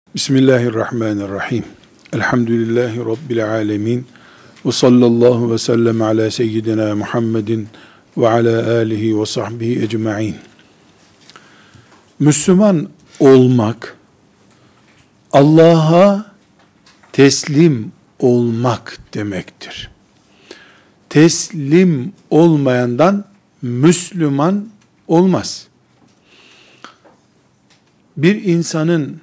Bismillahirrahmanirrahim. Elhamdülillahi Rabbil alemin. Ve sallallahu ve sellem ala seyyidina Muhammedin ve ala alihi ve sahbihi ecma'in. Müslüman olmak, Allah'a teslim olmak demektir. Teslim olmayandan Müslüman olmaz. Bir insanın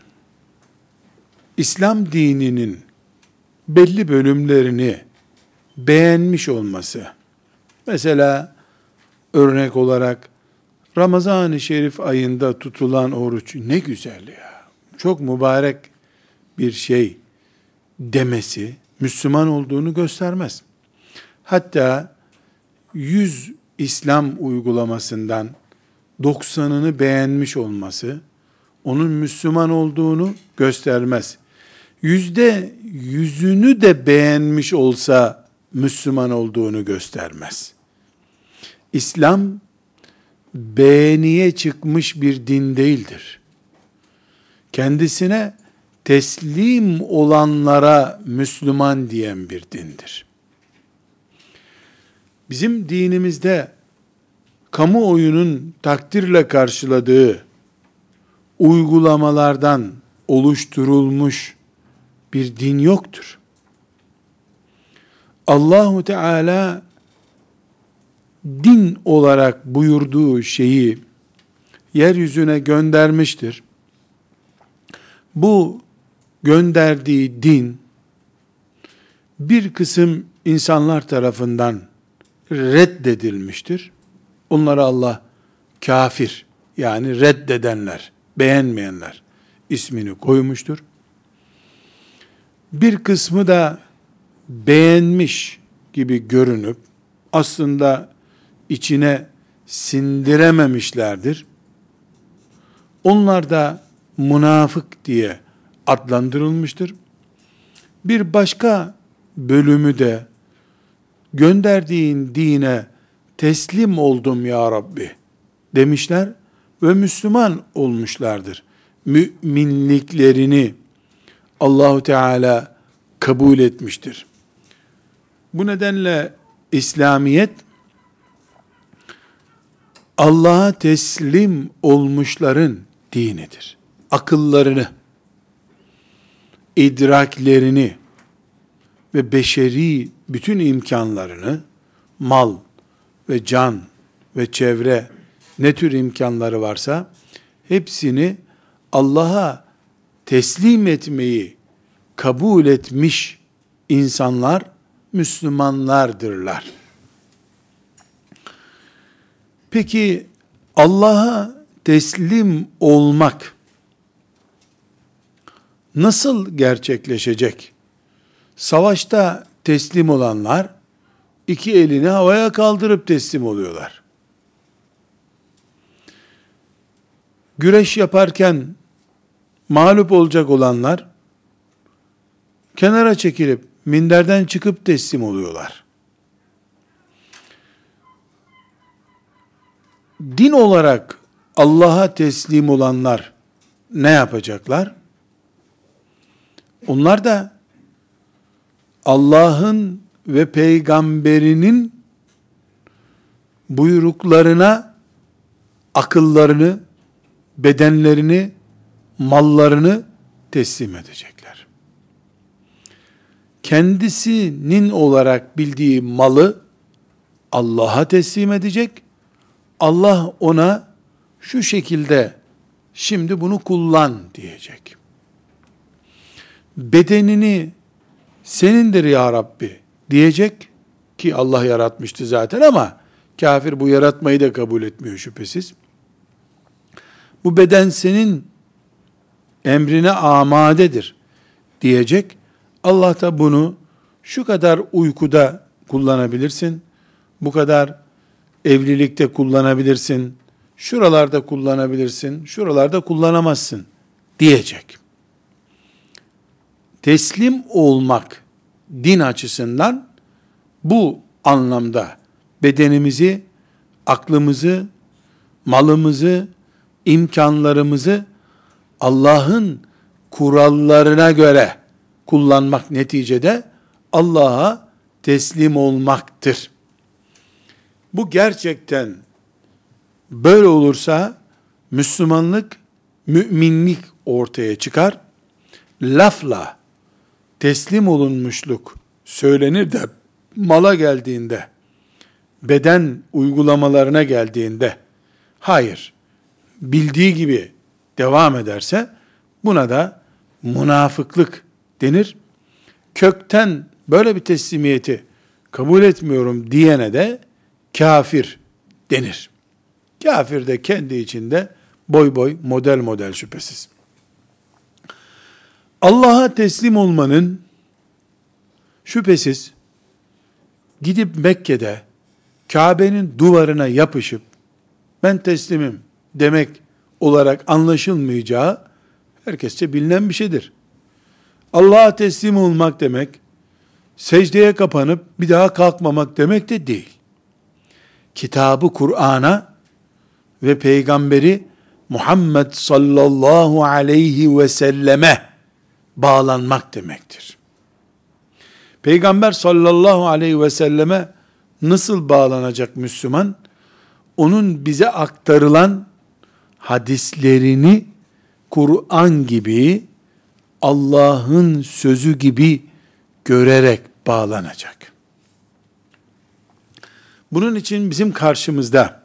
İslam dininin belli bölümlerini beğenmiş olması, mesela örnek olarak Ramazan-ı Şerif ayında tutulan oruç ne güzel ya, çok mübarek bir şey demesi Müslüman olduğunu göstermez. Hatta 100 İslam uygulamasından 90'ını beğenmiş olması onun Müslüman olduğunu göstermez. %100'ünü de beğenmiş olsa Müslüman olduğunu göstermez. İslam beğeniye çıkmış bir din değildir. Kendisine teslim olanlara Müslüman diyen bir dindir. Bizim dinimizde kamuoyunun takdirle karşıladığı uygulamalardan oluşturulmuş bir din yoktur. Allahu Teala din olarak buyurduğu şeyi yeryüzüne göndermiştir. Bu gönderdiği din bir kısım insanlar tarafından reddedilmiştir. Onlara Allah kafir, yani reddedenler, beğenmeyenler ismini koymuştur. Bir kısmı da beğenmiş gibi görünüp aslında içine sindirememişlerdir. Onlar da münafık diye adlandırılmıştır. Bir başka bölümü de gönderdiğin dine teslim oldum ya Rabbi demişler ve Müslüman olmuşlardır. Müminliklerini Allahu Teala kabul etmiştir. Bu nedenle İslamiyet Allah'a teslim olmuşların dinidir. Akıllarını, idraklerini ve beşeri bütün imkanlarını, mal ve can ve çevre, ne tür imkanları varsa hepsini Allah'a teslim etmeyi kabul etmiş insanlar Müslümanlardırlar. Peki Allah'a teslim olmak nasıl gerçekleşecek? Savaşta teslim olanlar iki elini havaya kaldırıp teslim oluyorlar. Güreş yaparken mağlup olacak olanlar kenara çekilip minderden çıkıp teslim oluyorlar. Din olarak Allah'a teslim olanlar ne yapacaklar? Onlar da Allah'ın ve peygamberinin buyruklarına akıllarını, bedenlerini, mallarını teslim edecekler. Kendisinin olarak bildiği malı Allah'a teslim edecek. Allah ona şu şekilde şimdi bunu kullan diyecek. Bedenini senindir ya Rabbi diyecek ki Allah yaratmıştı zaten, ama kafir bu yaratmayı da kabul etmiyor şüphesiz. Bu beden senin emrine amadedir diyecek. Allah da bunu şu kadar uykuda kullanabilirsin, bu kadar evlilikte kullanabilirsin, şuralarda kullanabilirsin, şuralarda kullanamazsın diyecek. Teslim olmak din açısından bu anlamda bedenimizi, aklımızı, malımızı, imkanlarımızı Allah'ın kurallarına göre kullanmak neticede Allah'a teslim olmaktır. Bu gerçekten böyle olursa Müslümanlık, müminlik ortaya çıkar. Lafla teslim olunmuşluk söylenir de mala geldiğinde, beden uygulamalarına geldiğinde hayır, bildiği gibi devam ederse buna da münafıklık denir. Kökten böyle bir teslimiyeti kabul etmiyorum diyene de kafir denir. Kafir de kendi içinde boy boy, model model şüphesiz. Allah'a teslim olmanın şüphesiz gidip Mekke'de Kabe'nin duvarına yapışıp ben teslimim demek olarak anlaşılmayacağı herkesçe bilinen bir şeydir. Allah'a teslim olmak demek, secdeye kapanıp bir daha kalkmamak demek de değil. Kitabı Kur'an'a ve Peygamberi Muhammed sallallahu aleyhi ve selleme bağlanmak demektir. Peygamber sallallahu aleyhi ve selleme nasıl bağlanacak Müslüman? Onun bize aktarılan hadislerini Kur'an gibi, Allah'ın sözü gibi görerek bağlanacak. Bunun için bizim karşımızda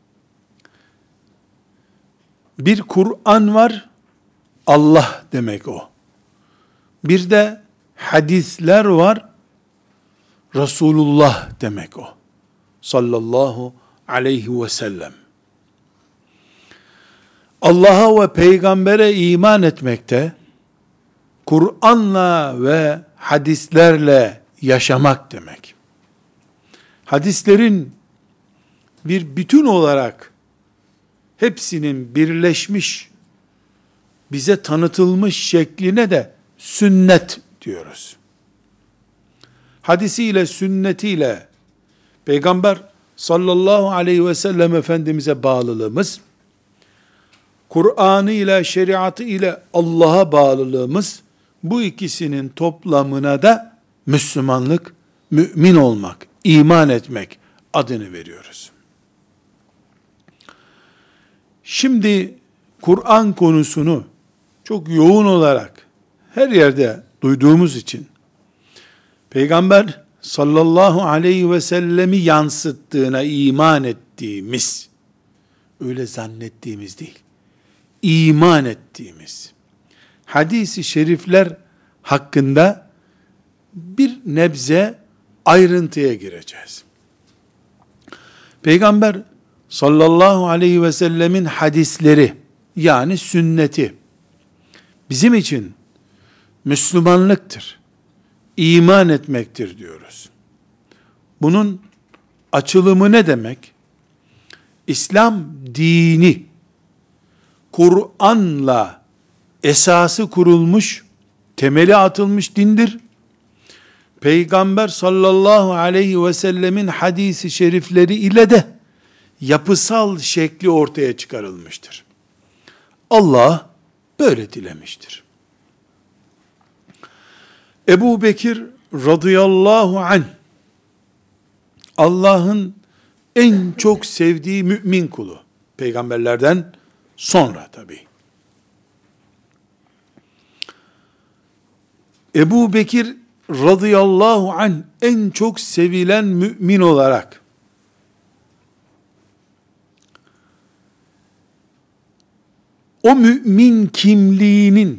bir Kur'an var, Allah demek o. Bir de hadisler var, Resulullah demek o. Sallallahu aleyhi ve sellem. Allah'a ve peygambere iman etmekte, Kur'an'la ve hadislerle yaşamak demek. Hadislerin bir bütün olarak hepsinin birleşmiş, bize tanıtılmış şekline de sünnet diyoruz. Hadisiyle, sünnetiyle Peygamber sallallahu aleyhi ve sellem Efendimiz'e bağlılığımız, Kur'an'ı ile, şeriatı ile Allah'a bağlılığımız, bu ikisinin toplamına da Müslümanlık, mümin olmak, iman etmek adını veriyoruz. Şimdi Kur'an konusunu çok yoğun olarak her yerde duyduğumuz için Peygamber sallallahu aleyhi ve sellemi yansıttığına iman ettiğimiz, öyle zannettiğimiz değil, iman ettiğimiz hadis-i şerifler hakkında bir nebze ayrıntıya gireceğiz. Peygamber sallallahu aleyhi ve sellemin hadisleri, yani sünneti bizim için Müslümanlıktır, iman etmektir diyoruz. Bunun açılımı ne demek? İslam dini Kur'an'la esası kurulmuş, temeli atılmış dindir. Peygamber sallallahu aleyhi ve sellemin hadisi şerifleri ile de yapısal şekli ortaya çıkarılmıştır. Allah böyle dilemiştir. Ebu Bekir radıyallahu anh, Allah'ın en çok sevdiği mümin kulu, peygamberlerden sonra tabi. Ebu Bekir radıyallahu anh en çok sevilen mümin olarak o mümin kimliğinin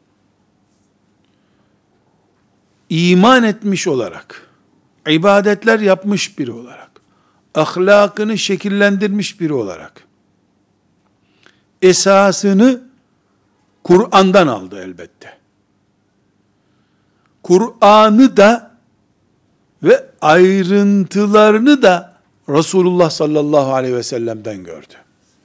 iman etmiş olarak, ibadetler yapmış biri olarak, ahlakını şekillendirmiş biri olarak, esasını Kur'an'dan aldı elbette. Kur'an'ı da ve ayrıntılarını da Resulullah sallallahu aleyhi ve sellem'den gördü.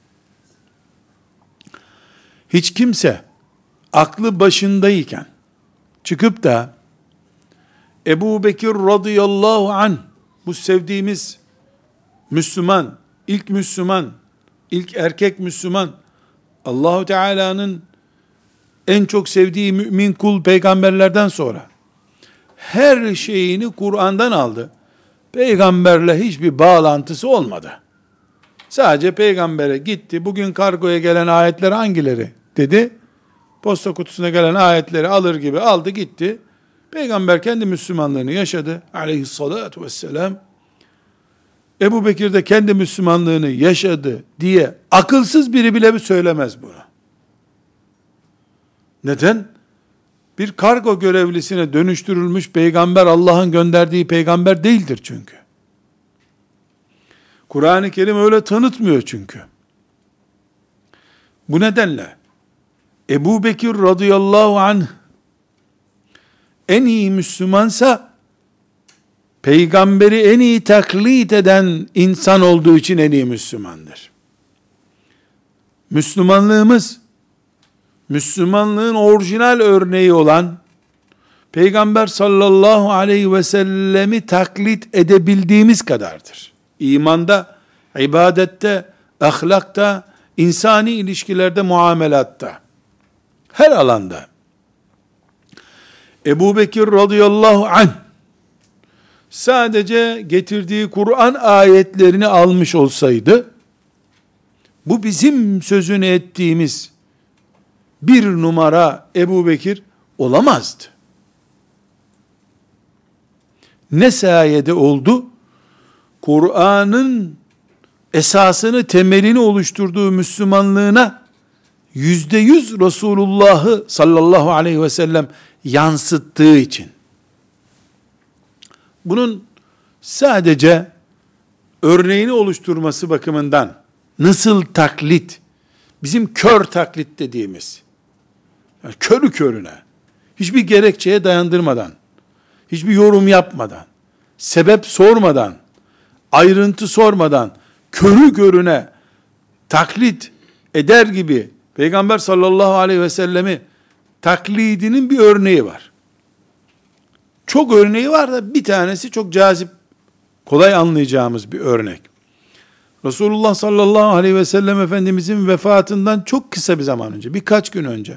Hiç kimse aklı başındayken çıkıp da Ebu Bekir radıyallahu anh, bu sevdiğimiz Müslüman, ilk erkek Müslüman, Allahu Teala'nın en çok sevdiği mümin kul peygamberlerden sonra her şeyini Kur'an'dan aldı. Peygamberle hiçbir bağlantısı olmadı. Sadece peygambere gitti. Bugün kargoya gelen ayetler hangileri dedi. Posta kutusuna gelen ayetleri alır gibi aldı gitti. Peygamber kendi Müslümanlığını yaşadı. Aleyhissalatu vesselam. Ebu Bekir de kendi Müslümanlığını yaşadı diye akılsız biri bile söylemez bunu. Neden? Bir kargo görevlisine dönüştürülmüş peygamber Allah'ın gönderdiği peygamber değildir çünkü. Kur'an-ı Kerim öyle tanıtmıyor çünkü. Bu nedenle Ebu Bekir radıyallahu anh en iyi Müslümansa peygamberi en iyi taklit eden insan olduğu için en iyi Müslümandır. Müslümanlığımız, Müslümanlığın orijinal örneği olan Peygamber sallallahu aleyhi ve sellemi taklit edebildiğimiz kadardır. İmanda, ibadette, ahlakta, insani ilişkilerde, muamelatta, her alanda. Ebu Bekir radıyallahu anh sadece getirdiği Kur'an ayetlerini almış olsaydı, bu bizim sözünü ettiğimiz bir numara Ebu Bekir olamazdı. Ne sayede oldu? Kur'an'ın esasını, temelini oluşturduğu Müslümanlığına %100 Resulullah'ı sallallahu aleyhi ve sellem yansıttığı için. Bunun sadece örneğini oluşturması bakımından nasıl taklit, bizim kör taklit dediğimiz, yani körü körüne, hiçbir gerekçeye dayandırmadan, hiçbir yorum yapmadan, sebep sormadan, ayrıntı sormadan, körü körüne taklit eder gibi Peygamber sallallahu aleyhi ve sellemi taklidinin bir örneği var. Çok örneği var da bir tanesi çok cazip, kolay anlayacağımız bir örnek. Resulullah sallallahu aleyhi ve sellem Efendimizin vefatından çok kısa bir zaman önce, birkaç gün önce,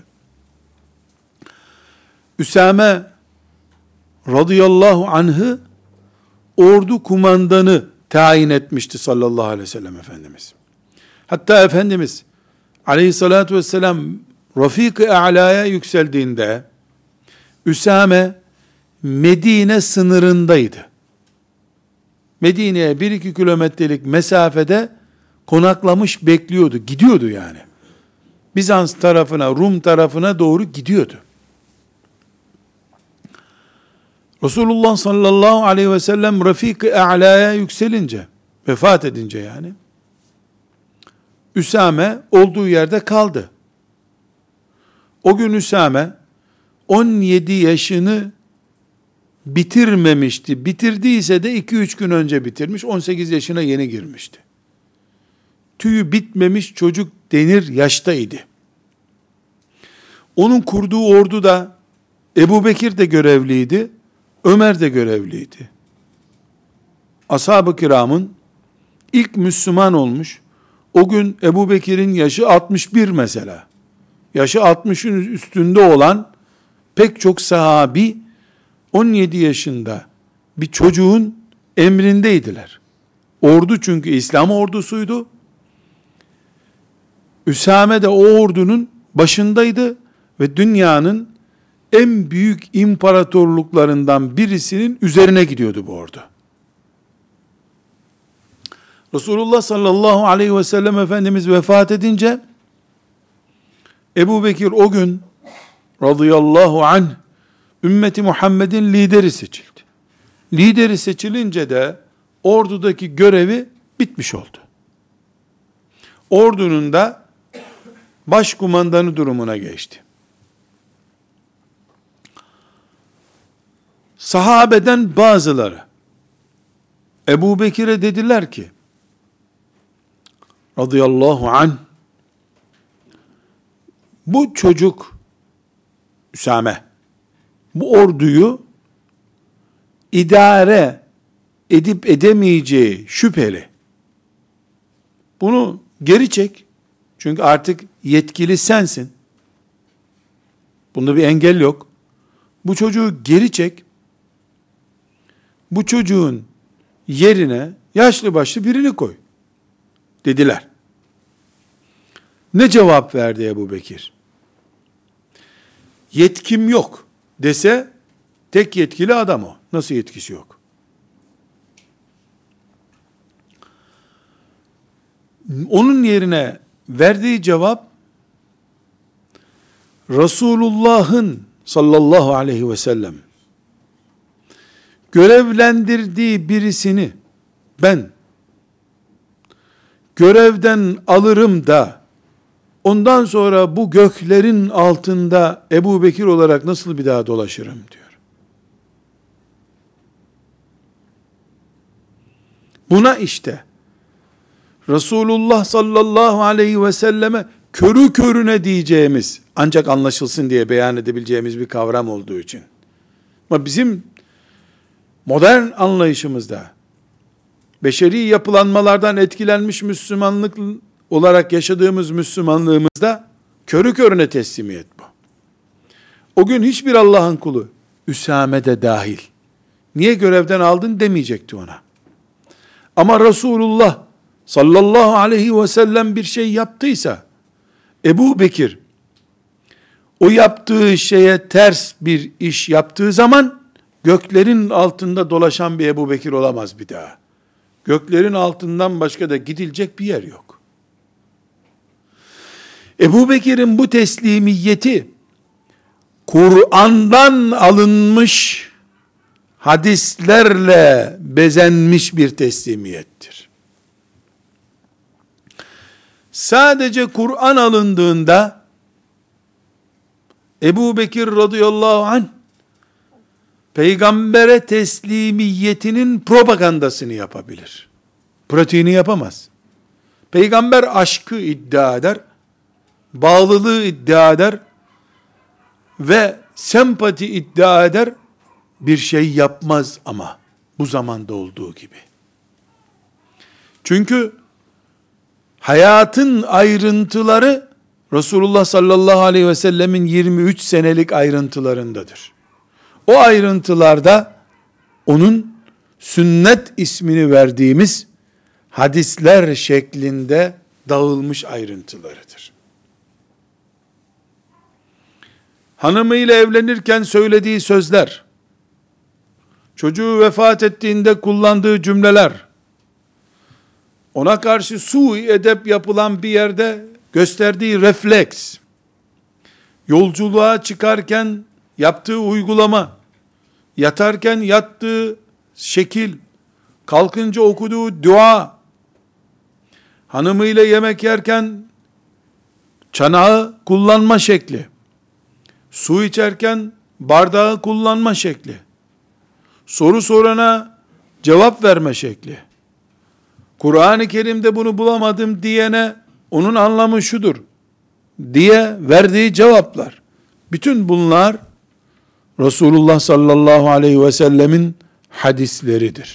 Üsame radıyallahu anh'ı ordu kumandanı tayin etmişti sallallahu aleyhi ve sellem Efendimiz. Hatta Efendimiz aleyhissalatu vesselam Rafik-i A'la'ya yükseldiğinde Üsame Medine sınırındaydı. Medine'ye 1-2 kilometrelik mesafede konaklamış bekliyordu. Gidiyordu yani. Bizans tarafına, Rum tarafına doğru gidiyordu. Resulullah sallallahu aleyhi ve sellem Rafik-i A'la'ya yükselince, vefat edince yani, Üsame olduğu yerde kaldı. O gün Üsame 17 yaşını bitirmemişti. Bitirdiyse de 2-3 gün önce bitirmiş. 18 yaşına yeni girmişti. Tüyü bitmemiş çocuk denir yaştaydı. Onun kurduğu orduda Ebu Bekir de görevliydi. Ömer de görevliydi. Ashab-ı kiramın ilk Müslüman olmuş. O gün Ebu Bekir'in yaşı 61 mesela. Yaşı 60'ın üstünde olan pek çok sahabi 17 yaşında bir çocuğun emrindeydiler. Ordu çünkü İslam ordusuydu. Üsame de o ordunun başındaydı ve dünyanın en büyük imparatorluklarından birisinin üzerine gidiyordu bu ordu. Resulullah sallallahu aleyhi ve sellem Efendimiz vefat edince Ebu Bekir o gün radıyallahu anh ümmeti Muhammed'in lideri seçildi. Lideri seçilince de ordudaki görevi bitmiş oldu. Ordunun da başkumandanı durumuna geçti. Sahabeden bazıları Ebu Bekir'e dediler ki radıyallahu anh, bu çocuk Üsame bu orduyu idare edip edemeyeceği şüpheli. Bunu geri çek. Çünkü artık yetkili sensin. Bunda bir engel yok. Bu çocuğu geri çek. Bu çocuğun yerine yaşlı başlı birini koy dediler. Ne cevap verdi Ebubekir? Yetkim yok dese tek yetkili adam o. Nasıl yetkisi yok? Onun yerine verdiği cevap Resulullah'ın sallallahu aleyhi ve sellem görevlendirdiği birisini ben görevden alırım da ondan sonra bu göklerin altında Ebubekir olarak nasıl bir daha dolaşırım diyor. Buna işte Resulullah sallallahu aleyhi ve selleme körü körüne diyeceğimiz, ancak anlaşılsın diye beyan edebileceğimiz bir kavram olduğu için. Ama bizim modern anlayışımızda, beşeri yapılanmalardan etkilenmiş Müslümanlık olarak yaşadığımız Müslümanlığımızda körü körüne teslimiyet bu. O gün hiçbir Allah'ın kulu, Üsame de dahil, niye görevden aldın demeyecekti ona. Ama Resulullah sallallahu aleyhi ve sellem bir şey yaptıysa, Ebubekir o yaptığı şeye ters bir iş yaptığı zaman göklerin altında dolaşan bir Ebubekir olamaz bir daha. Göklerin altından başka da gidilecek bir yer yok. Ebubekir'in bu teslimiyeti Kur'an'dan alınmış hadislerle bezenmiş bir teslimiyettir. Sadece Kur'an alındığında Ebubekir radıyallahu anh peygambere teslimiyetinin propagandasını yapabilir. Pratiğini yapamaz. Peygamber aşkı iddia eder, bağlılığı iddia eder ve sempati iddia eder, bir şey yapmaz ama bu zamanda olduğu gibi. Çünkü hayatın ayrıntıları Resulullah sallallahu aleyhi ve sellemin 23 senelik ayrıntılarındadır. O ayrıntılarda onun sünnet ismini verdiğimiz hadisler şeklinde dağılmış ayrıntılarıdır. Hanımıyla evlenirken söylediği sözler, çocuğu vefat ettiğinde kullandığı cümleler, ona karşı sui edep yapılan bir yerde gösterdiği refleks, yolculuğa çıkarken yaptığı uygulama, yatarken yattığı şekil, kalkınca okuduğu dua, hanımıyla yemek yerken çanağı kullanma şekli, su içerken bardağı kullanma şekli, soru sorana cevap verme şekli, Kur'an-ı Kerim'de bunu bulamadım diyene onun anlamı şudur diye verdiği cevaplar, bütün bunlar Resulullah sallallahu aleyhi ve sellemin hadisleridir.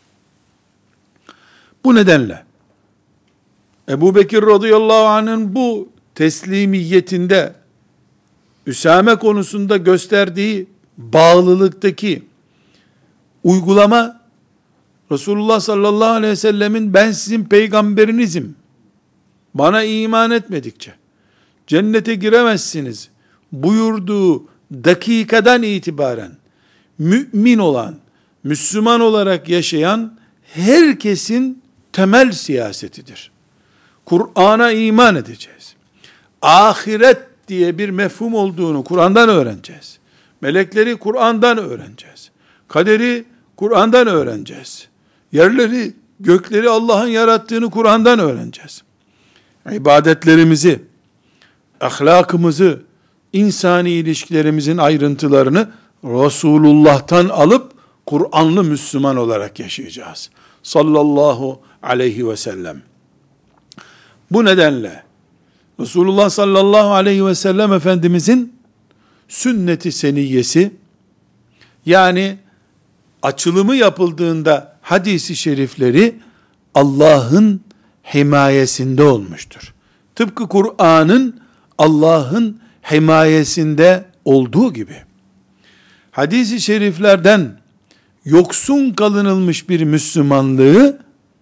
Bu nedenle Ebubekir radıyallahu anh'ın bu teslimiyetinde Üsame konusunda gösterdiği bağlılıktaki uygulama, Resulullah sallallahu aleyhi ve sellemin ben sizin peygamberinizim, bana iman etmedikçe cennete giremezsiniz buyurduğu dakikadan itibaren mümin olan, Müslüman olarak yaşayan herkesin temel siyasetidir. Kur'an'a iman edeceğiz. Ahiret diye bir mefhum olduğunu Kur'an'dan öğreneceğiz. Melekleri Kur'an'dan öğreneceğiz. Kaderi Kur'an'dan öğreneceğiz. Yerleri, gökleri Allah'ın yarattığını Kur'an'dan öğreneceğiz. İbadetlerimizi, ahlakımızı, insani ilişkilerimizin ayrıntılarını Resulullah'tan alıp Kur'anlı Müslüman olarak yaşayacağız. Sallallahu aleyhi ve sellem. Bu nedenle Resulullah sallallahu aleyhi ve sellem Efendimizin sünnet-i seniyyesi, yani açılımı yapıldığında hadisi şerifleri Allah'ın himayesinde olmuştur. Tıpkı Kur'an'ın Allah'ın himayesinde olduğu gibi, hadis-i şeriflerden yoksun kalınılmış bir Müslümanlığı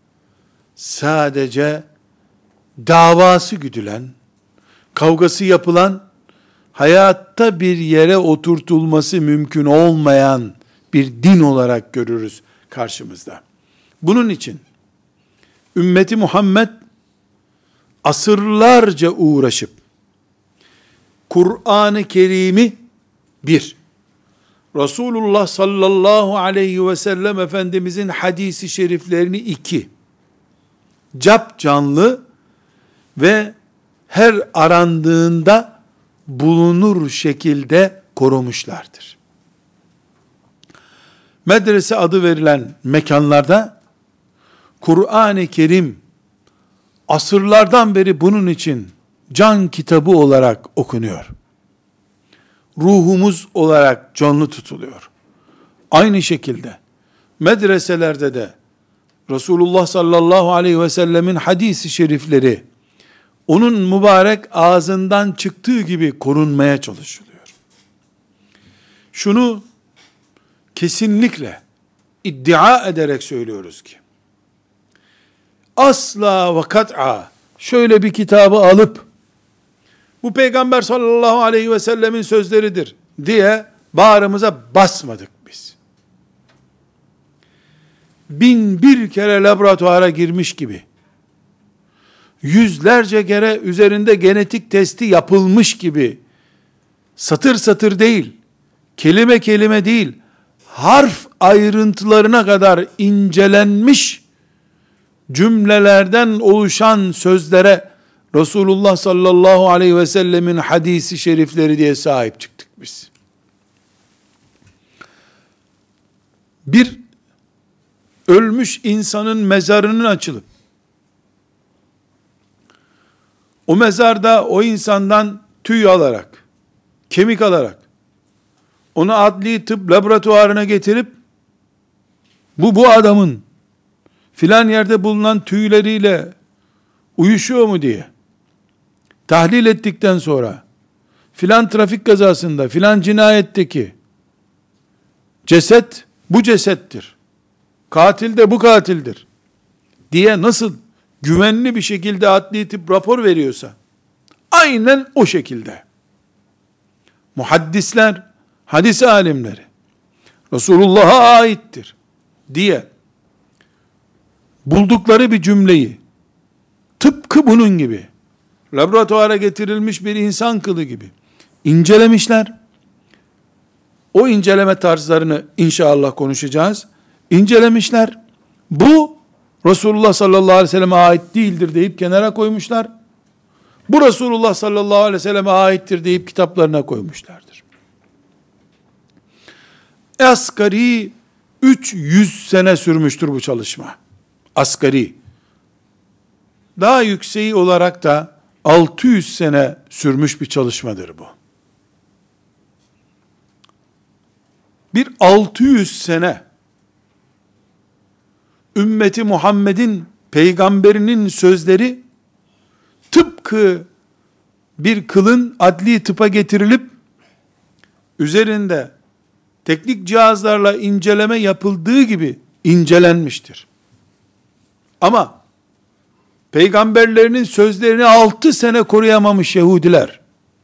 sadece davası güdülen, kavgası yapılan, hayatta bir yere oturtulması mümkün olmayan bir din olarak görürüz karşımızda. Bunun için ümmeti Muhammed asırlarca uğraşıp Kur'an-ı Kerim'i bir, Resulullah sallallahu aleyhi ve sellem Efendimizin hadisi şeriflerini iki, cap canlı ve her arandığında bulunur şekilde korumuşlardır. Medrese adı verilen mekanlarda Kur'an-ı Kerim asırlardan beri bunun için can kitabı olarak okunuyor. Ruhumuz olarak canlı tutuluyor. Aynı şekilde medreselerde de Resulullah sallallahu aleyhi ve sellemin hadisi şerifleri onun mübarek ağzından çıktığı gibi korunmaya çalışılıyor. Şunu kesinlikle iddia ederek söylüyoruz ki, asla ve kat'a şöyle bir kitabı alıp, bu Peygamber sallallahu aleyhi ve sellemin sözleridir diye bağrımıza basmadık biz. 1001 kere laboratuvara girmiş gibi, yüzlerce kere üzerinde genetik testi yapılmış gibi, satır satır değil, kelime kelime değil, harf ayrıntılarına kadar incelenmiş cümlelerden oluşan sözlere Resulullah sallallahu aleyhi ve sellemin hadisi şerifleri diye sahip çıktık biz. Bir ölmüş insanın mezarının açılıp, o mezarda o insandan tüy alarak, kemik alarak, onu adli tıp laboratuvarına getirip, bu adamın filan yerde bulunan tüyleriyle uyuşuyor mu diye tahlil ettikten sonra, filan trafik kazasında, filan cinayetteki ceset bu cesettir, katil de bu katildir diye nasıl güvenli bir şekilde adli tıp rapor veriyorsa, aynen o şekilde muhaddisler, hadis alimleri Resulullah'a aittir diye buldukları bir cümleyi tıpkı bunun gibi laboratuvara getirilmiş bir insan kılı gibi incelemişler. O inceleme tarzlarını inşallah konuşacağız. İncelemişler. Bu Resulullah sallallahu aleyhi ve selleme ait değildir deyip kenara koymuşlar. Bu Resulullah sallallahu aleyhi ve selleme aittir deyip kitaplarına koymuşlardır. Asgari 300 sene sürmüştür bu çalışma. Asgari. Daha yükseği olarak da 600 sene sürmüş bir çalışmadır bu. Bir 600 sene ümmeti Muhammed'in peygamberinin sözleri tıpkı bir kılın adli tıpa getirilip üzerinde teknik cihazlarla inceleme yapıldığı gibi incelenmiştir. Ama peygamberlerinin sözlerini 6 sene koruyamamış Yahudiler,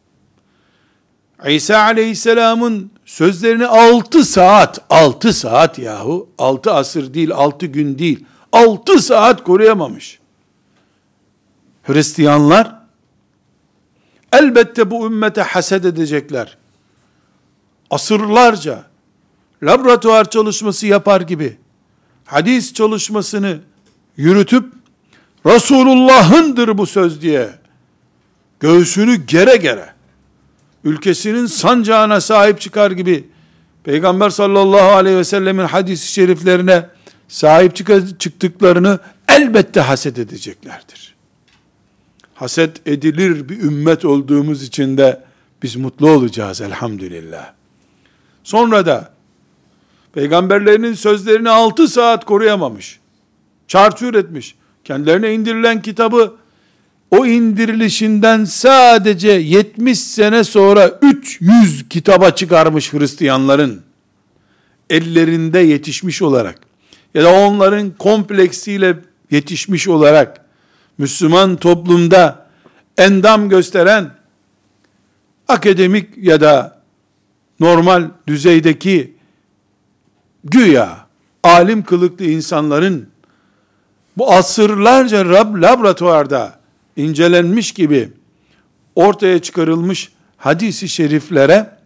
İsa aleyhisselamın sözlerini 6 saat yahu, 6 asır değil, 6 gün değil, 6 saat koruyamamış Hristiyanlar, elbette bu ümmete haset edecekler. Asırlarca laboratuvar çalışması yapar gibi hadis çalışmasını yürütüp Resulullah'ındır bu söz diye göğsünü gere gere ülkesinin sancağına sahip çıkar gibi Peygamber sallallahu aleyhi ve sellemin hadis-i şeriflerine sahip çıktıklarını elbette haset edeceklerdir. Haset edilir bir ümmet olduğumuz için de biz mutlu olacağız elhamdülillah. Sonra da peygamberlerinin sözlerini 6 saat koruyamamış, çarçur etmiş, kendilerine indirilen kitabı o indirilişinden sadece 70 sene sonra 300 kitaba çıkarmış Hristiyanların ellerinde yetişmiş olarak ya da onların kompleksiyle yetişmiş olarak Müslüman toplumda endam gösteren akademik ya da normal düzeydeki güya alim kılıklı insanların bu asırlarca laboratuvarda incelenmiş gibi ortaya çıkarılmış hadis-i şeriflere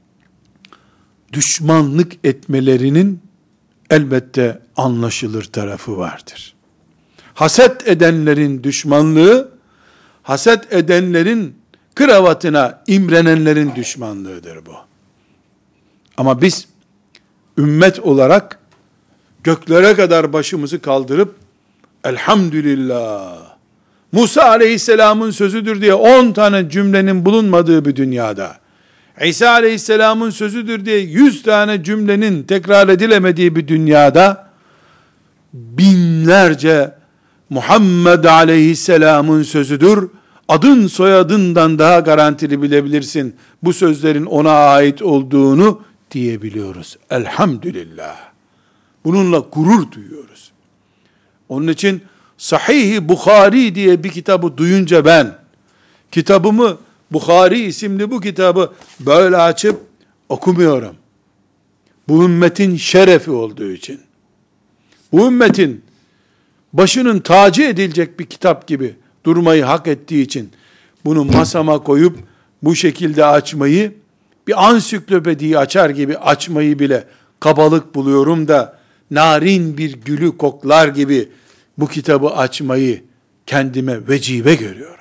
düşmanlık etmelerinin elbette anlaşılır tarafı vardır. Haset edenlerin düşmanlığı, haset edenlerin kravatına imrenenlerin düşmanlığıdır bu. Ama biz ümmet olarak göklere kadar başımızı kaldırıp elhamdülillah, Musa aleyhisselamın sözüdür diye 10 tane cümlenin bulunmadığı bir dünyada, İsa aleyhisselamın sözüdür diye 100 tane cümlenin tekrar edilemediği bir dünyada, binlerce Muhammed aleyhisselamın sözüdür, adın soyadından daha garantili bilebilirsin bu sözlerin ona ait olduğunu diyebiliyoruz. Elhamdülillah. Bununla gurur duyuyoruz. Onun için Sahih-i Bukhari diye bir kitabı duyunca ben, kitabımı, Bukhari isimli bu kitabı böyle açıp okumuyorum. Bu ümmetin şerefi olduğu için. Bu ümmetin başının tacı edilecek bir kitap gibi durmayı hak ettiği için bunu masama koyup bu şekilde açmayı, bir ansiklopediyi açar gibi açmayı bile kabalık buluyorum da narin bir gülü koklar gibi bu kitabı açmayı kendime vecibe görüyorum.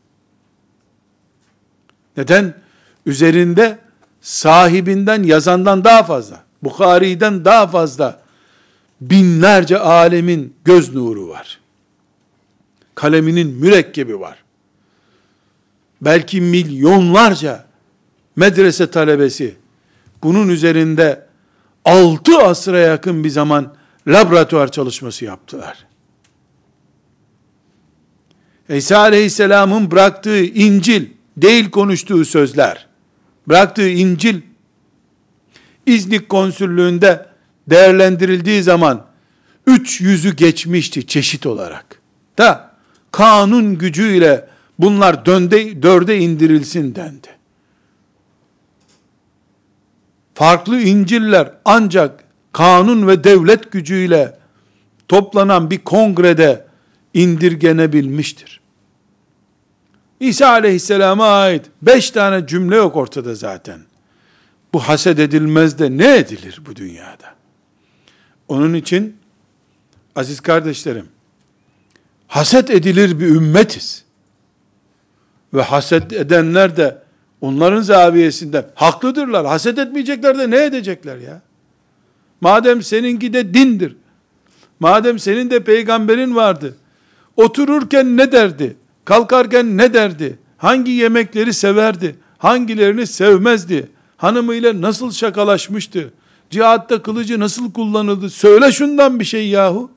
Neden? Üzerinde sahibinden, yazandan daha fazla, Bukhari'den daha fazla binlerce alemin göz nuru var. Kaleminin mürekkebi var. Belki milyonlarca medrese talebesi bunun üzerinde 6 asra yakın bir zaman laboratuvar çalışması yaptılar. İsa aleyhisselamın bıraktığı İncil, değil konuştuğu sözler, bıraktığı İncil, İznik konsüllüğünde değerlendirildiği zaman 300'ü geçmişti çeşit olarak. Da kanun gücüyle bunlar 4'e indirilsin dendi. Farklı İncil'ler ancak kanun ve devlet gücüyle toplanan bir kongrede indirgenebilmiştir. İsa aleyhisselama ait 5 tane cümle yok ortada zaten. Bu haset edilmez de ne edilir bu dünyada? Onun için aziz kardeşlerim, haset edilir bir ümmetiz. Ve haset edenler de onların zaviyesinden haklıdırlar. Haset etmeyecekler de ne edecekler ya? Madem seninki de dindir, madem senin de peygamberin vardı, otururken ne derdi? Kalkarken ne derdi? Hangi yemekleri severdi? Hangilerini sevmezdi? Hanımıyla nasıl şakalaşmıştı? Cihatta kılıcı nasıl kullanıldı? Söyle şundan bir şey yahu.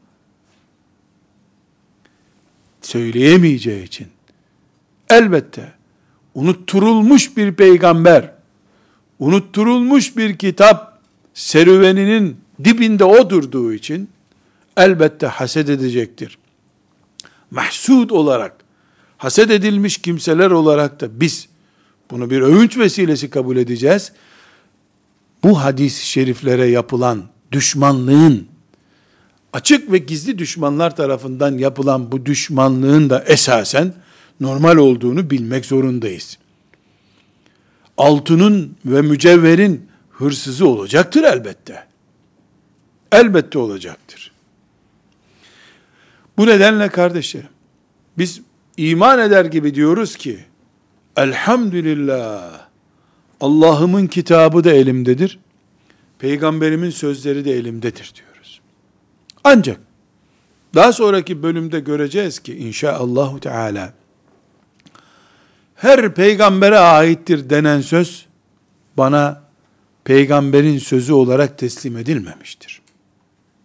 Söyleyemeyeceği için elbette unutturulmuş bir peygamber, unutturulmuş bir kitap serüveninin dibinde o durduğu için elbette haset edecektir. Mahsud olarak, haset edilmiş kimseler olarak da biz bunu bir övünç vesilesi kabul edeceğiz. Bu hadis-i şeriflere yapılan düşmanlığın, açık ve gizli düşmanlar tarafından yapılan bu düşmanlığın da esasen normal olduğunu bilmek zorundayız. Altının ve mücevherin hırsızı olacaktır elbette. Elbette olacaktır. Bu nedenle kardeşlerim, biz iman eder gibi diyoruz ki, elhamdülillah, Allah'ımın kitabı da elimdedir, peygamberimin sözleri de elimdedir diyoruz. Ancak, daha sonraki bölümde göreceğiz ki, inşaallahu teala, her peygambere aittir denen söz, bana peygamberin sözü olarak teslim edilmemiştir.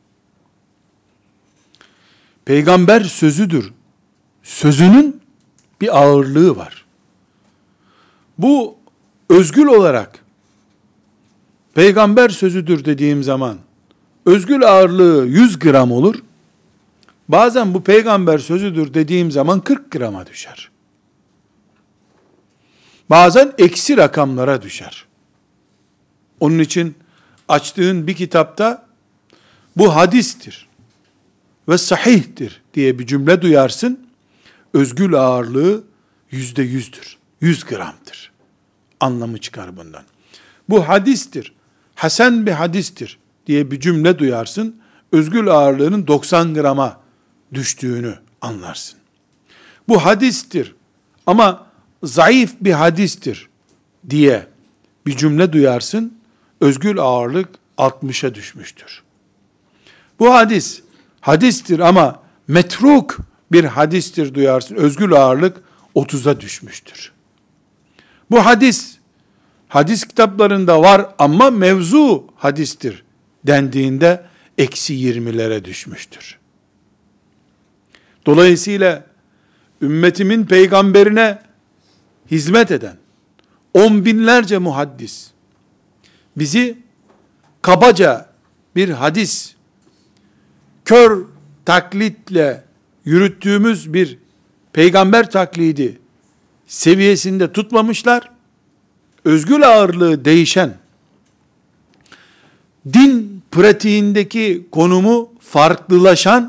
Peygamber sözüdür. Sözünün bir ağırlığı var. Bu özgül olarak peygamber sözüdür dediğim zaman özgül ağırlığı 100 gram olur. Bazen bu peygamber sözüdür dediğim zaman 40 grama düşer. Bazen eksi rakamlara düşer. Onun için açtığın bir kitapta bu hadistir ve sahihtir diye bir cümle duyarsın. Özgül ağırlığı %100'dür. 100 gramdır. Anlamı çıkar bundan. Bu hadistir, hasen bir hadistir diye bir cümle duyarsın. Özgül ağırlığının 90 grama düştüğünü anlarsın. Bu hadistir ama zayıf bir hadistir diye bir cümle duyarsın. Özgül ağırlık 60'a düşmüştür. Bu hadis hadistir ama metruk bir hadistir duyarsın. Özgül ağırlık 30'a düşmüştür. Bu hadis kitaplarında var ama mevzu hadistir dendiğinde eksi 20'lere düşmüştür. Dolayısıyla ümmetimin peygamberine hizmet eden 10 binlerce muhaddis bizi kabaca bir hadis, kör taklitle yürüttüğümüz bir peygamber taklidi seviyesinde tutmamışlar. Özgül ağırlığı değişen, din pratiğindeki konumu farklılaşan,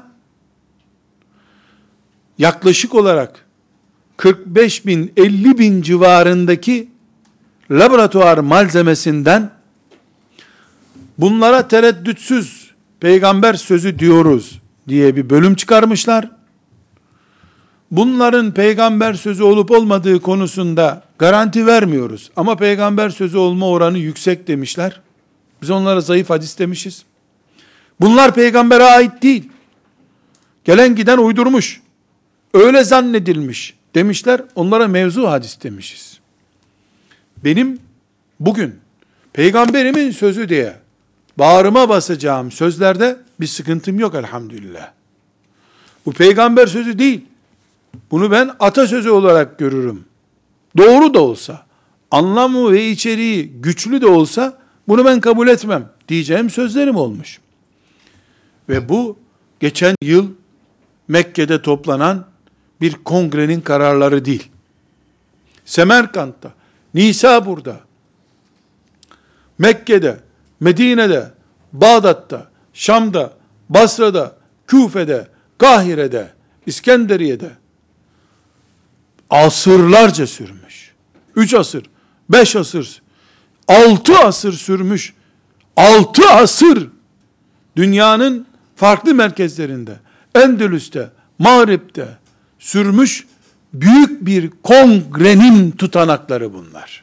yaklaşık olarak 45 bin, 50 bin civarındaki laboratuvar malzemesinden bunlara tereddütsüz peygamber sözü diyoruz diye bir bölüm çıkarmışlar. Bunların peygamber sözü olup olmadığı konusunda garanti vermiyoruz. Ama peygamber sözü olma oranı yüksek demişler. Biz onlara zayıf hadis demişiz. Bunlar peygambere ait değil. Gelen giden uydurmuş. Öyle zannedilmiş demişler. Onlara mevzu hadis demişiz. Benim bugün peygamberimin sözü diye bağrıma basacağım sözlerde bir sıkıntım yok elhamdülillah. Bu peygamber sözü değil. Bunu ben atasözü olarak görürüm. Doğru da olsa, anlamı ve içeriği güçlü de olsa bunu ben kabul etmem diyeceğim sözlerim olmuş. Ve bu geçen yıl Mekke'de toplanan bir kongrenin kararları değil. Semerkant'ta, Nisabur'da, Mekke'de, Medine'de, Bağdat'ta, Şam'da, Basra'da, Küfe'de, Kahire'de, İskenderiye'de asırlarca sürmüş. 3 asır, 5 asır, 6 asır sürmüş. 6 asır dünyanın farklı merkezlerinde, Endülüs'te, Mağrip'te sürmüş büyük bir kongrenin tutanakları bunlar.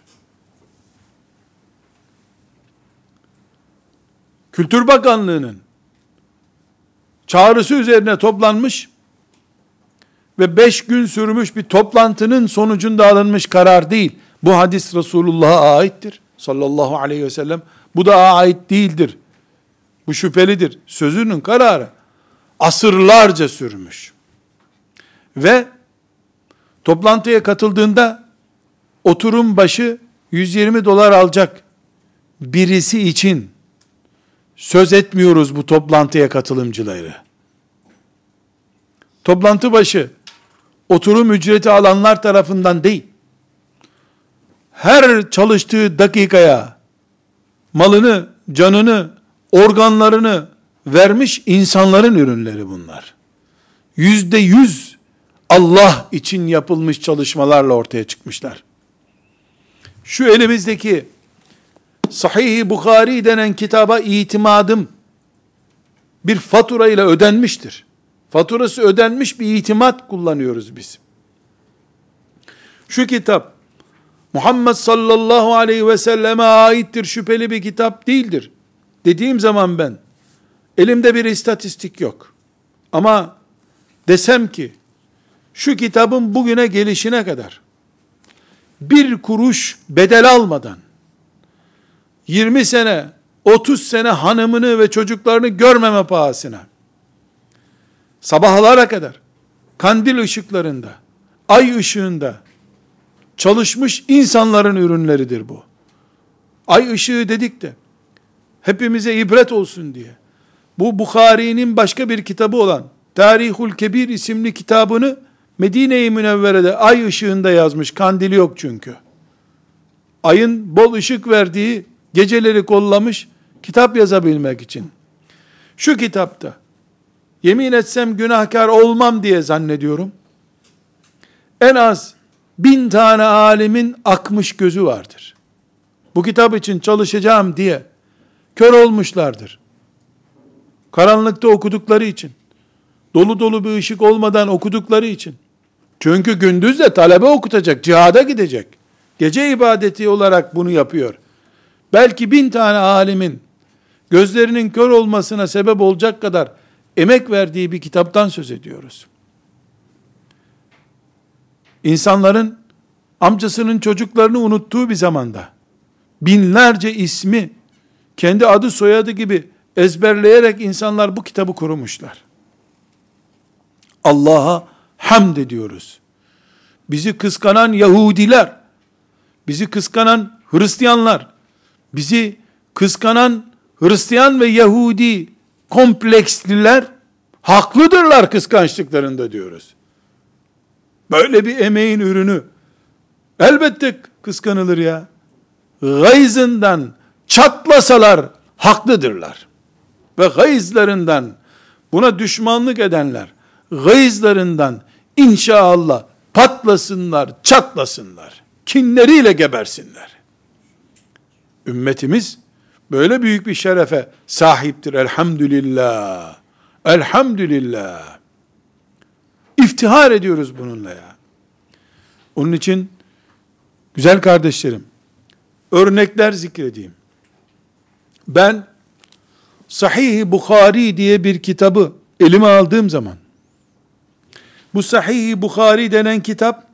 Kültür Bakanlığı'nın çağrısı üzerine toplanmış ve 5 gün sürmüş bir toplantının sonucunda alınmış karar değil. Bu hadis Resulullah'a aittir sallallahu aleyhi ve sellem. Bu da ait değildir. Bu şüphelidir. Sözünün kararı asırlarca sürmüş. Ve toplantıya katıldığında oturum başı 120 dolar alacak birisi için söz etmiyoruz bu toplantıya katılımcıları. Toplantı başı oturum ücreti alanlar tarafından değil, her çalıştığı dakikaya malını, canını, organlarını vermiş insanların ürünleri bunlar. %100 Allah için yapılmış çalışmalarla ortaya çıkmışlar. Şu elimizdeki Sahih-i Bukhari denen kitaba itimadım bir fatura ile ödenmiştir. Faturası ödenmiş bir itimat kullanıyoruz biz. Şu kitap Muhammed sallallahu aleyhi ve selleme aittir, şüpheli bir kitap değildir dediğim zaman ben, elimde bir istatistik yok. Ama desem ki, şu kitabın bugüne gelişine kadar, bir kuruş bedel almadan, 20 sene, 30 sene hanımını ve çocuklarını görmeme pahasına, sabahlara kadar, kandil ışıklarında, ay ışığında çalışmış insanların ürünleridir bu. Ay ışığı dedik de hepimize ibret olsun diye. Bu Bukhari'nin başka bir kitabı olan Tarihul Kebir isimli kitabını Medine-i Münevvere'de ay ışığında yazmış. Kandili yok çünkü. Ayın bol ışık verdiği geceleri kollamış kitap yazabilmek için. Şu kitapta yemin etsem günahkar olmam diye zannediyorum. En az 1000 tane alimin akmış gözü vardır. Bu kitap için çalışacağım diye kör olmuşlardır. Karanlıkta okudukları için, dolu dolu bir ışık olmadan okudukları için. Çünkü gündüz de talebe okutacak, cihada gidecek. Gece ibadeti olarak bunu yapıyor. Belki 1000 tane alimin gözlerinin kör olmasına sebep olacak kadar emek verdiği bir kitaptan söz ediyoruz. İnsanların amcasının çocuklarını unuttuğu bir zamanda binlerce ismi kendi adı soyadı gibi ezberleyerek insanlar bu kitabı kurmuşlar. Allah'a hamd ediyoruz. Bizi kıskanan Yahudiler, bizi kıskanan Hristiyanlar, bizi kıskanan Hristiyan ve Yahudi kompleksliler haklıdırlar kıskançlıklarında diyoruz. Böyle bir emeğin ürünü elbette kıskanılır ya. Gayzından çatlasalar haklıdırlar. Ve gayzlarından, buna düşmanlık edenler gayzlarından inşallah patlasınlar, çatlasınlar. Kinleriyle gebersinler. Ümmetimiz böyle büyük bir şerefe sahiptir. Elhamdülillah. Elhamdülillah. İftihar ediyoruz bununla ya. Onun için güzel kardeşlerim, örnekler zikredeyim. Ben Sahih-i Bukhari diye bir kitabı elime aldığım zaman, bu Sahih-i Bukhari denen kitap,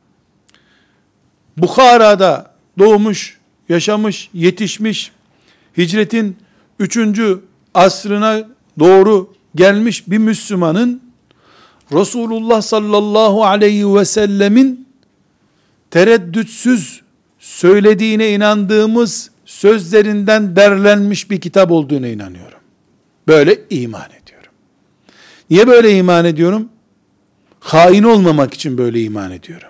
Bukhara'da doğmuş, yaşamış, yetişmiş, hicretin 3. asrına doğru gelmiş bir Müslümanın, Resulullah sallallahu aleyhi ve sellemin tereddütsüz söylediğine inandığımız sözlerinden derlenmiş bir kitap olduğuna inanıyorum. Böyle iman ediyorum. Niye böyle iman ediyorum? Hain olmamak için böyle iman ediyorum.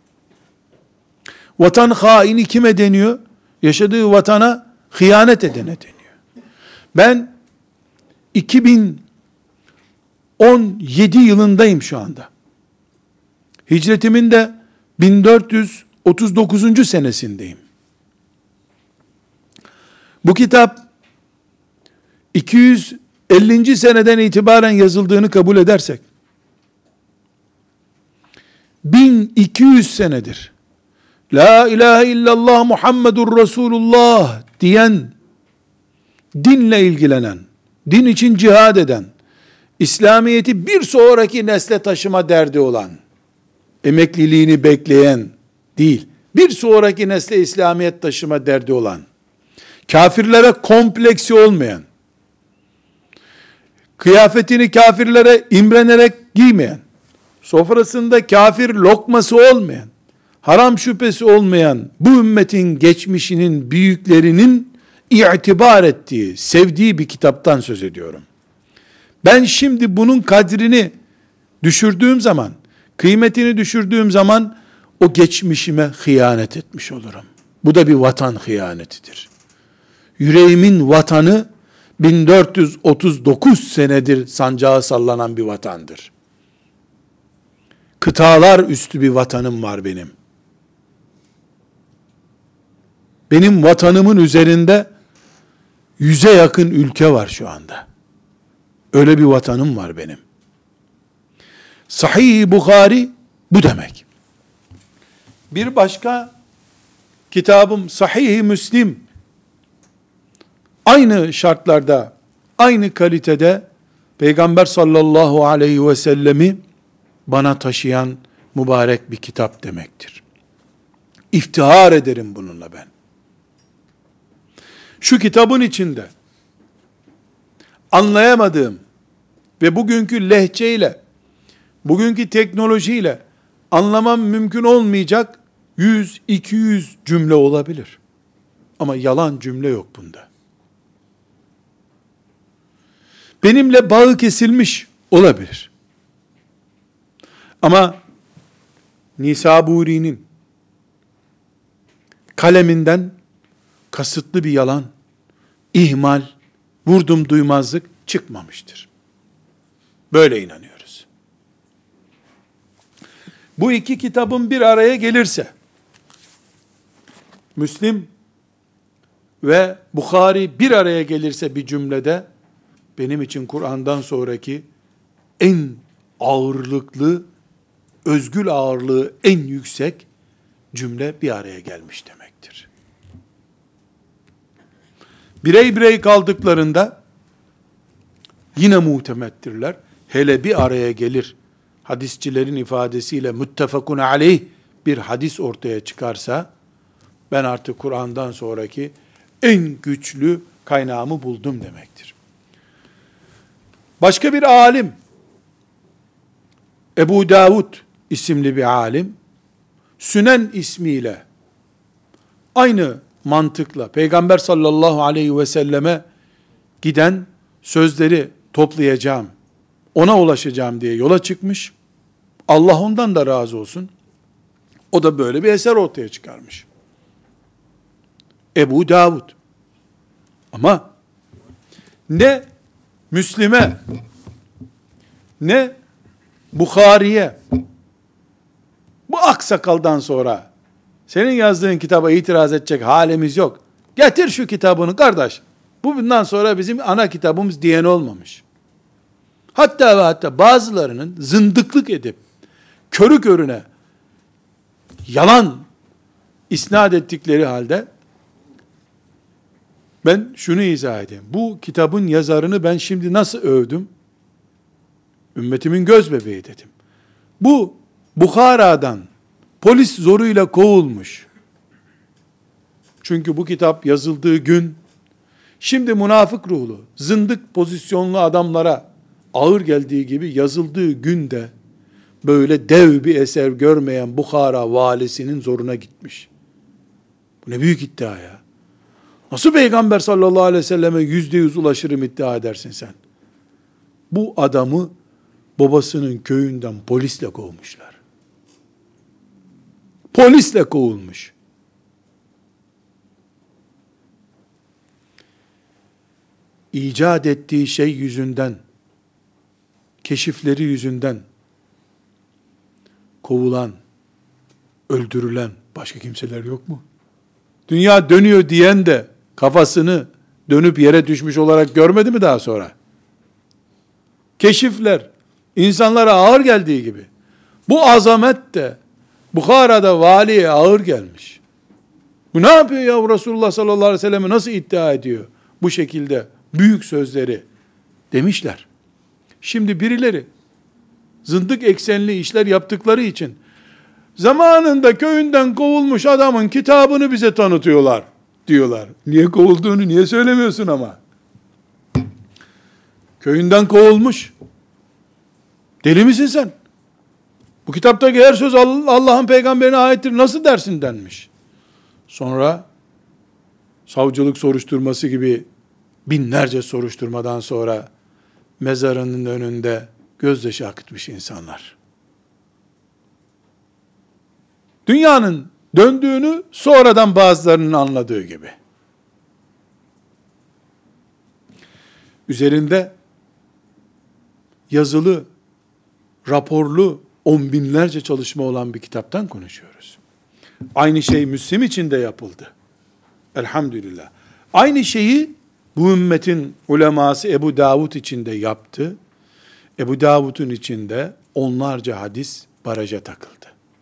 Vatan haini kime deniyor? Yaşadığı vatana hıyanet edene deniyor. Ben 2017 yılındayım şu anda. Hicretimin de 1439. senesindeyim. Bu kitap 250. seneden itibaren yazıldığını kabul edersek 1200 senedir La ilahe illallah Muhammedur Resulullah diyen, dinle ilgilenen, din için cihad eden, İslamiyet'i bir sonraki nesle taşıma derdi olan, emekliliğini bekleyen değil, bir sonraki nesle İslamiyet taşıma derdi olan, kafirlere kompleksi olmayan, kıyafetini kafirlere imrenerek giymeyen, sofrasında kafir lokması olmayan, haram şüphesi olmayan bu ümmetin geçmişinin büyüklerinin itibar ettiği, sevdiği bir kitaptan söz ediyorum. Ben şimdi bunun kadrini düşürdüğüm zaman, kıymetini düşürdüğüm zaman o geçmişime hıyanet etmiş olurum. Bu da bir vatan hıyanetidir. Yüreğimin vatanı 1439 senedir sancağı sallanan bir vatandır. Kıtalar üstü bir vatanım var benim. Benim vatanımın üzerinde 100'e yakın ülke var şu anda. Öyle bir vatanım var benim. Sahih-i Bukhari bu demek. Bir başka kitabım Sahih-i Müslim, aynı şartlarda, aynı kalitede Peygamber sallallahu aleyhi ve sellemi bana taşıyan mübarek bir kitap demektir. İftihar ederim bununla ben. Şu kitabın içinde anlayamadığım ve bugünkü lehçeyle, bugünkü teknolojiyle anlamam mümkün olmayacak 100-200 cümle olabilir. Ama yalan cümle yok bunda. Benimle bağı kesilmiş olabilir. Ama Nisaburi'nin kaleminden kasıtlı bir yalan, ihmal, vurdum duymazlık çıkmamıştır. Böyle inanıyoruz. Bu iki kitabın bir araya gelirse, Müslim ve Bukhari bir araya gelirse bir cümlede, benim için Kur'an'dan sonraki en ağırlıklı, özgül ağırlığı en yüksek cümle bir araya gelmiş demektir. Birey birey kaldıklarında yine muhtemettirler. Hele bir araya gelir, hadisçilerin ifadesiyle muttefakun aleyh bir hadis ortaya çıkarsa, ben artık Kur'an'dan sonraki en güçlü kaynağımı buldum demektir. Başka bir alim, Ebu Davud isimli bir alim, Sünen ismiyle, aynı mantıkla, Peygamber sallallahu aleyhi ve selleme giden sözleri toplayacağım, ona ulaşacağım diye yola çıkmış. Allah ondan da razı olsun. O da böyle bir eser ortaya çıkarmış. Ebu Davud. Ama ne Müslim'e, ne Bukhari'ye, bu aksakaldan sonra senin yazdığın kitaba itiraz edecek halimiz yok. Getir şu kitabını kardeş. Bu bundan sonra bizim ana kitabımız diyen olmamış. Hatta ve hatta bazılarının zındıklık edip körü körüne yalan isnat ettikleri halde ben şunu izah edeyim. Bu kitabın yazarını ben şimdi nasıl övdüm? Ümmetimin göz bebeği dedim. Bu Bukhara'dan polis zoruyla kovulmuş. Çünkü bu kitap yazıldığı gün, şimdi münafık ruhlu, zındık pozisyonlu adamlara ağır geldiği gibi yazıldığı günde böyle dev bir eser görmeyen Bukhara valisinin zoruna gitmiş. Bu ne büyük iddia ya. Nasıl Peygamber sallallahu aleyhi ve selleme %100 ulaşırım iddia edersin sen? Bu adamı babasının köyünden polisle kovmuşlar. Polisle kovulmuş. İcat ettiği şey yüzünden, keşifleri yüzünden kovulan, öldürülen başka kimseler yok mu? Dünya dönüyor diyen de kafasını dönüp yere düşmüş olarak görmedi mi daha sonra? Keşifler insanlara ağır geldiği gibi bu azamet de Bukhara'da valiye ağır gelmiş. Bu ne yapıyor ya, Resulullah sallallahu aleyhi ve sellem'i nasıl iddia ediyor bu şekilde büyük sözleri demişler. Şimdi birileri zındık eksenli işler yaptıkları için zamanında köyünden kovulmuş adamın kitabını bize tanıtıyorlar diyorlar. Niye kovulduğunu niye söylemiyorsun ama? Köyünden kovulmuş. Deli misin sen? Bu kitaptaki her söz Allah'ın peygamberine aittir nasıl dersin denmiş. Sonra savcılık soruşturması gibi binlerce soruşturmadan sonra mezarının önünde gözyaşı akıtmış insanlar. Dünyanın döndüğünü sonradan bazılarının anladığı gibi. Üzerinde yazılı, raporlu, on binlerce çalışma olan bir kitaptan konuşuyoruz. Aynı şey Müslim için de yapıldı. Elhamdülillah. Aynı şeyi bu ümmetin uleması Ebu Davud için de yaptı. Ebu Davud'un içinde onlarca hadis baraja takıldı.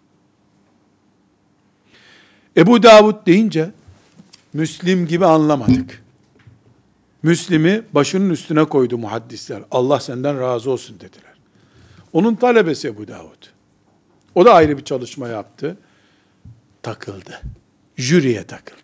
Ebu Davud deyince Müslim gibi anlamadık. Müslim'i başının üstüne koydu muhaddisler. Allah senden razı olsun dediler. Onun talebesi Ebu Davud. O da ayrı bir çalışma yaptı. Takıldı. Jüriye takıldı.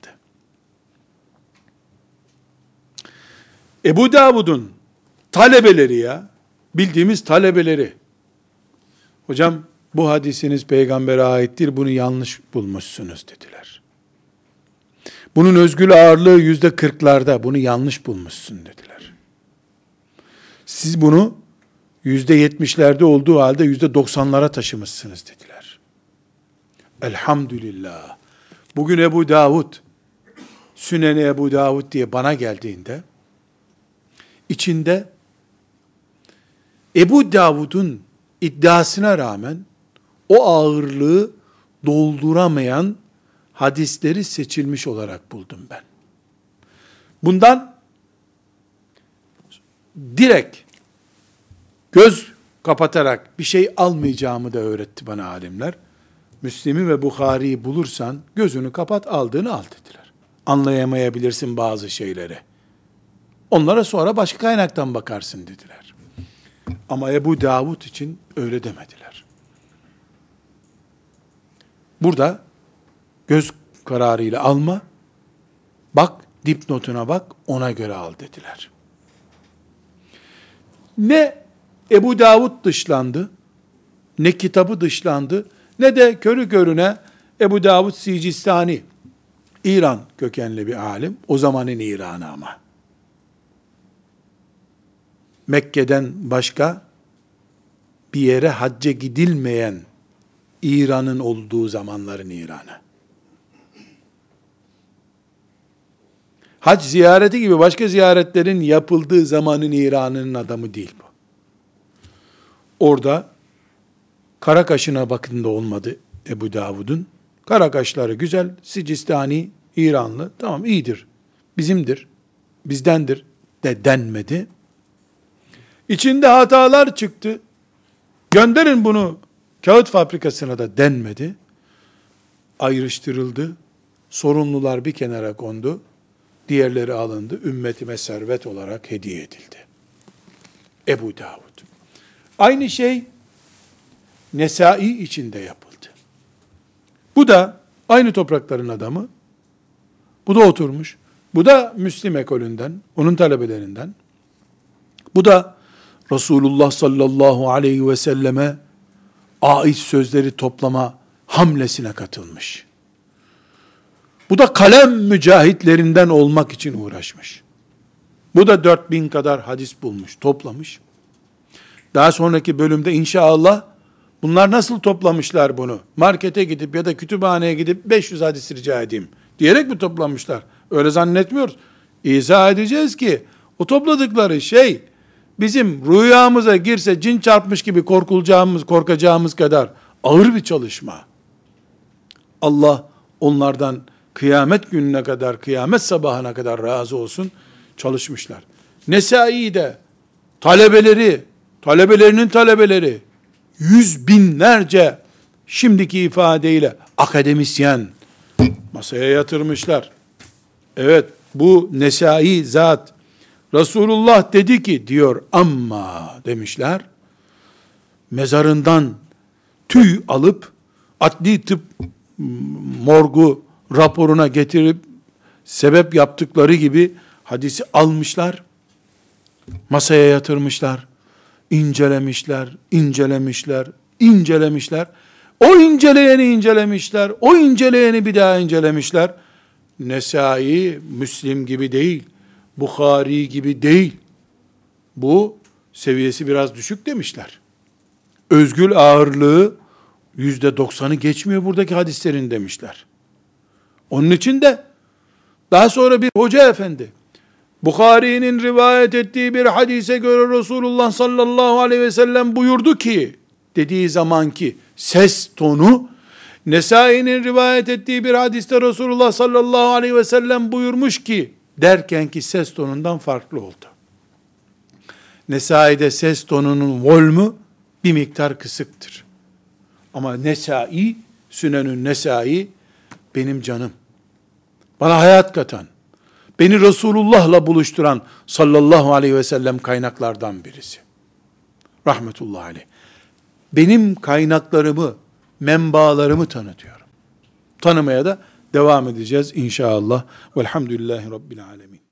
Ebu Davud'un talebeleri ya, bildiğimiz talebeleri. Hocam bu hadisiniz peygambere aittir, bunu yanlış bulmuşsunuz dediler. Bunun özgül ağırlığı %40'larda, bunu yanlış bulmuşsun dediler. Siz bunu %70'lerde olduğu halde %90'lara taşımışsınız dediler. Elhamdülillah. Bugün Ebu Davud, Süneni Ebu Davud diye bana geldiğinde, içinde Ebu Davud'un iddiasına rağmen o ağırlığı dolduramayan hadisleri seçilmiş olarak buldum ben. Bundan direkt göz kapatarak bir şey almayacağımı da öğretti bana alimler. Müslim'i ve Bukhari'yi bulursan gözünü kapat, aldığını al dediler. Anlayamayabilirsin bazı şeyleri. Onlara sonra başka kaynaktan bakarsın dediler. Ama Ebu Davud için öyle demediler. Burada göz kararıyla alma, bak dipnotuna bak, ona göre al dediler. Ne Ebu Davud dışlandı, ne kitabı dışlandı, ne de körü körüne Ebu Davud Sicistani, İran kökenli bir alim, o zamanın İran'ı ama. Mekke'den başka bir yere hacca gidilmeyen İran'ın olduğu zamanların İran'ı. Hac ziyareti gibi başka ziyaretlerin yapıldığı zamanın İran'ın adamı değil bu. Orada kara kaşına bakın da olmadı Ebu Davud'un. Kara kaşları güzel, Sicistani, İranlı, tamam iyidir, bizimdir, bizdendir de denmedi. İçinde hatalar çıktı, gönderin bunu kağıt fabrikasına da denmedi. Ayrıştırıldı, sorumlular bir kenara kondu, diğerleri alındı, ümmetime servet olarak hediye edildi. Ebu Davud. Aynı şey Nesai içinde yapıldı. Bu da aynı toprakların adamı. Bu da oturmuş. Bu da Müslim ekolünden, onun talebelerinden. Bu da Resulullah sallallahu aleyhi ve selleme ait sözleri toplama hamlesine katılmış. Bu da kalem mücahitlerinden olmak için uğraşmış. Bu da 4000 kadar hadis bulmuş, toplamış. Daha sonraki bölümde inşallah bunlar nasıl toplamışlar bunu? Markete gidip ya da kütüphaneye gidip 500 hadis rica edeyim diyerek mi toplamışlar? Öyle zannetmiyoruz. İzah edeceğiz ki o topladıkları şey bizim rüyamıza girse cin çarpmış gibi korkacağımız kadar ağır bir çalışma. Allah onlardan kıyamet gününe kadar, kıyamet sabahına kadar razı olsun, çalışmışlar. Nesai'de talebelerinin talebeleri, yüz binlerce şimdiki ifadeyle akademisyen masaya yatırmışlar. Evet, bu Nesai zat Resulullah dedi ki diyor ama demişler. Mezarından tüy alıp adli tıp morgu raporuna getirip sebep yaptıkları gibi hadisi almışlar. Masaya yatırmışlar. İncelemişler. O inceleyeni incelemişler. O inceleyeni bir daha incelemişler. Nesai, Müslim gibi değil. Bukhari gibi değil. Bu seviyesi biraz düşük demişler. Özgül ağırlığı %90'ı geçmiyor buradaki hadislerin demişler. Onun için de daha sonra bir hoca efendi, Bukhari'nin rivayet ettiği bir hadise göre Resulullah sallallahu aleyhi ve sellem buyurdu ki, dediği zamanki ses tonu, Nesai'nin rivayet ettiği bir hadiste Resulullah sallallahu aleyhi ve sellem buyurmuş ki, derkenki ses tonundan farklı oldu. Nesai'de ses tonunun volümü bir miktar kısıktır. Ama Nesai, Sünenün Nesai, benim canım. Bana hayat katan, beni Resulullah'la buluşturan sallallahu aleyhi ve sellem kaynaklardan birisi. Rahmetullahi aleyh. Benim kaynaklarımı, menbaalarımı tanıtıyorum. Tanımaya da devam edeceğiz inşallah. Velhamdülillahi Rabbil alemin.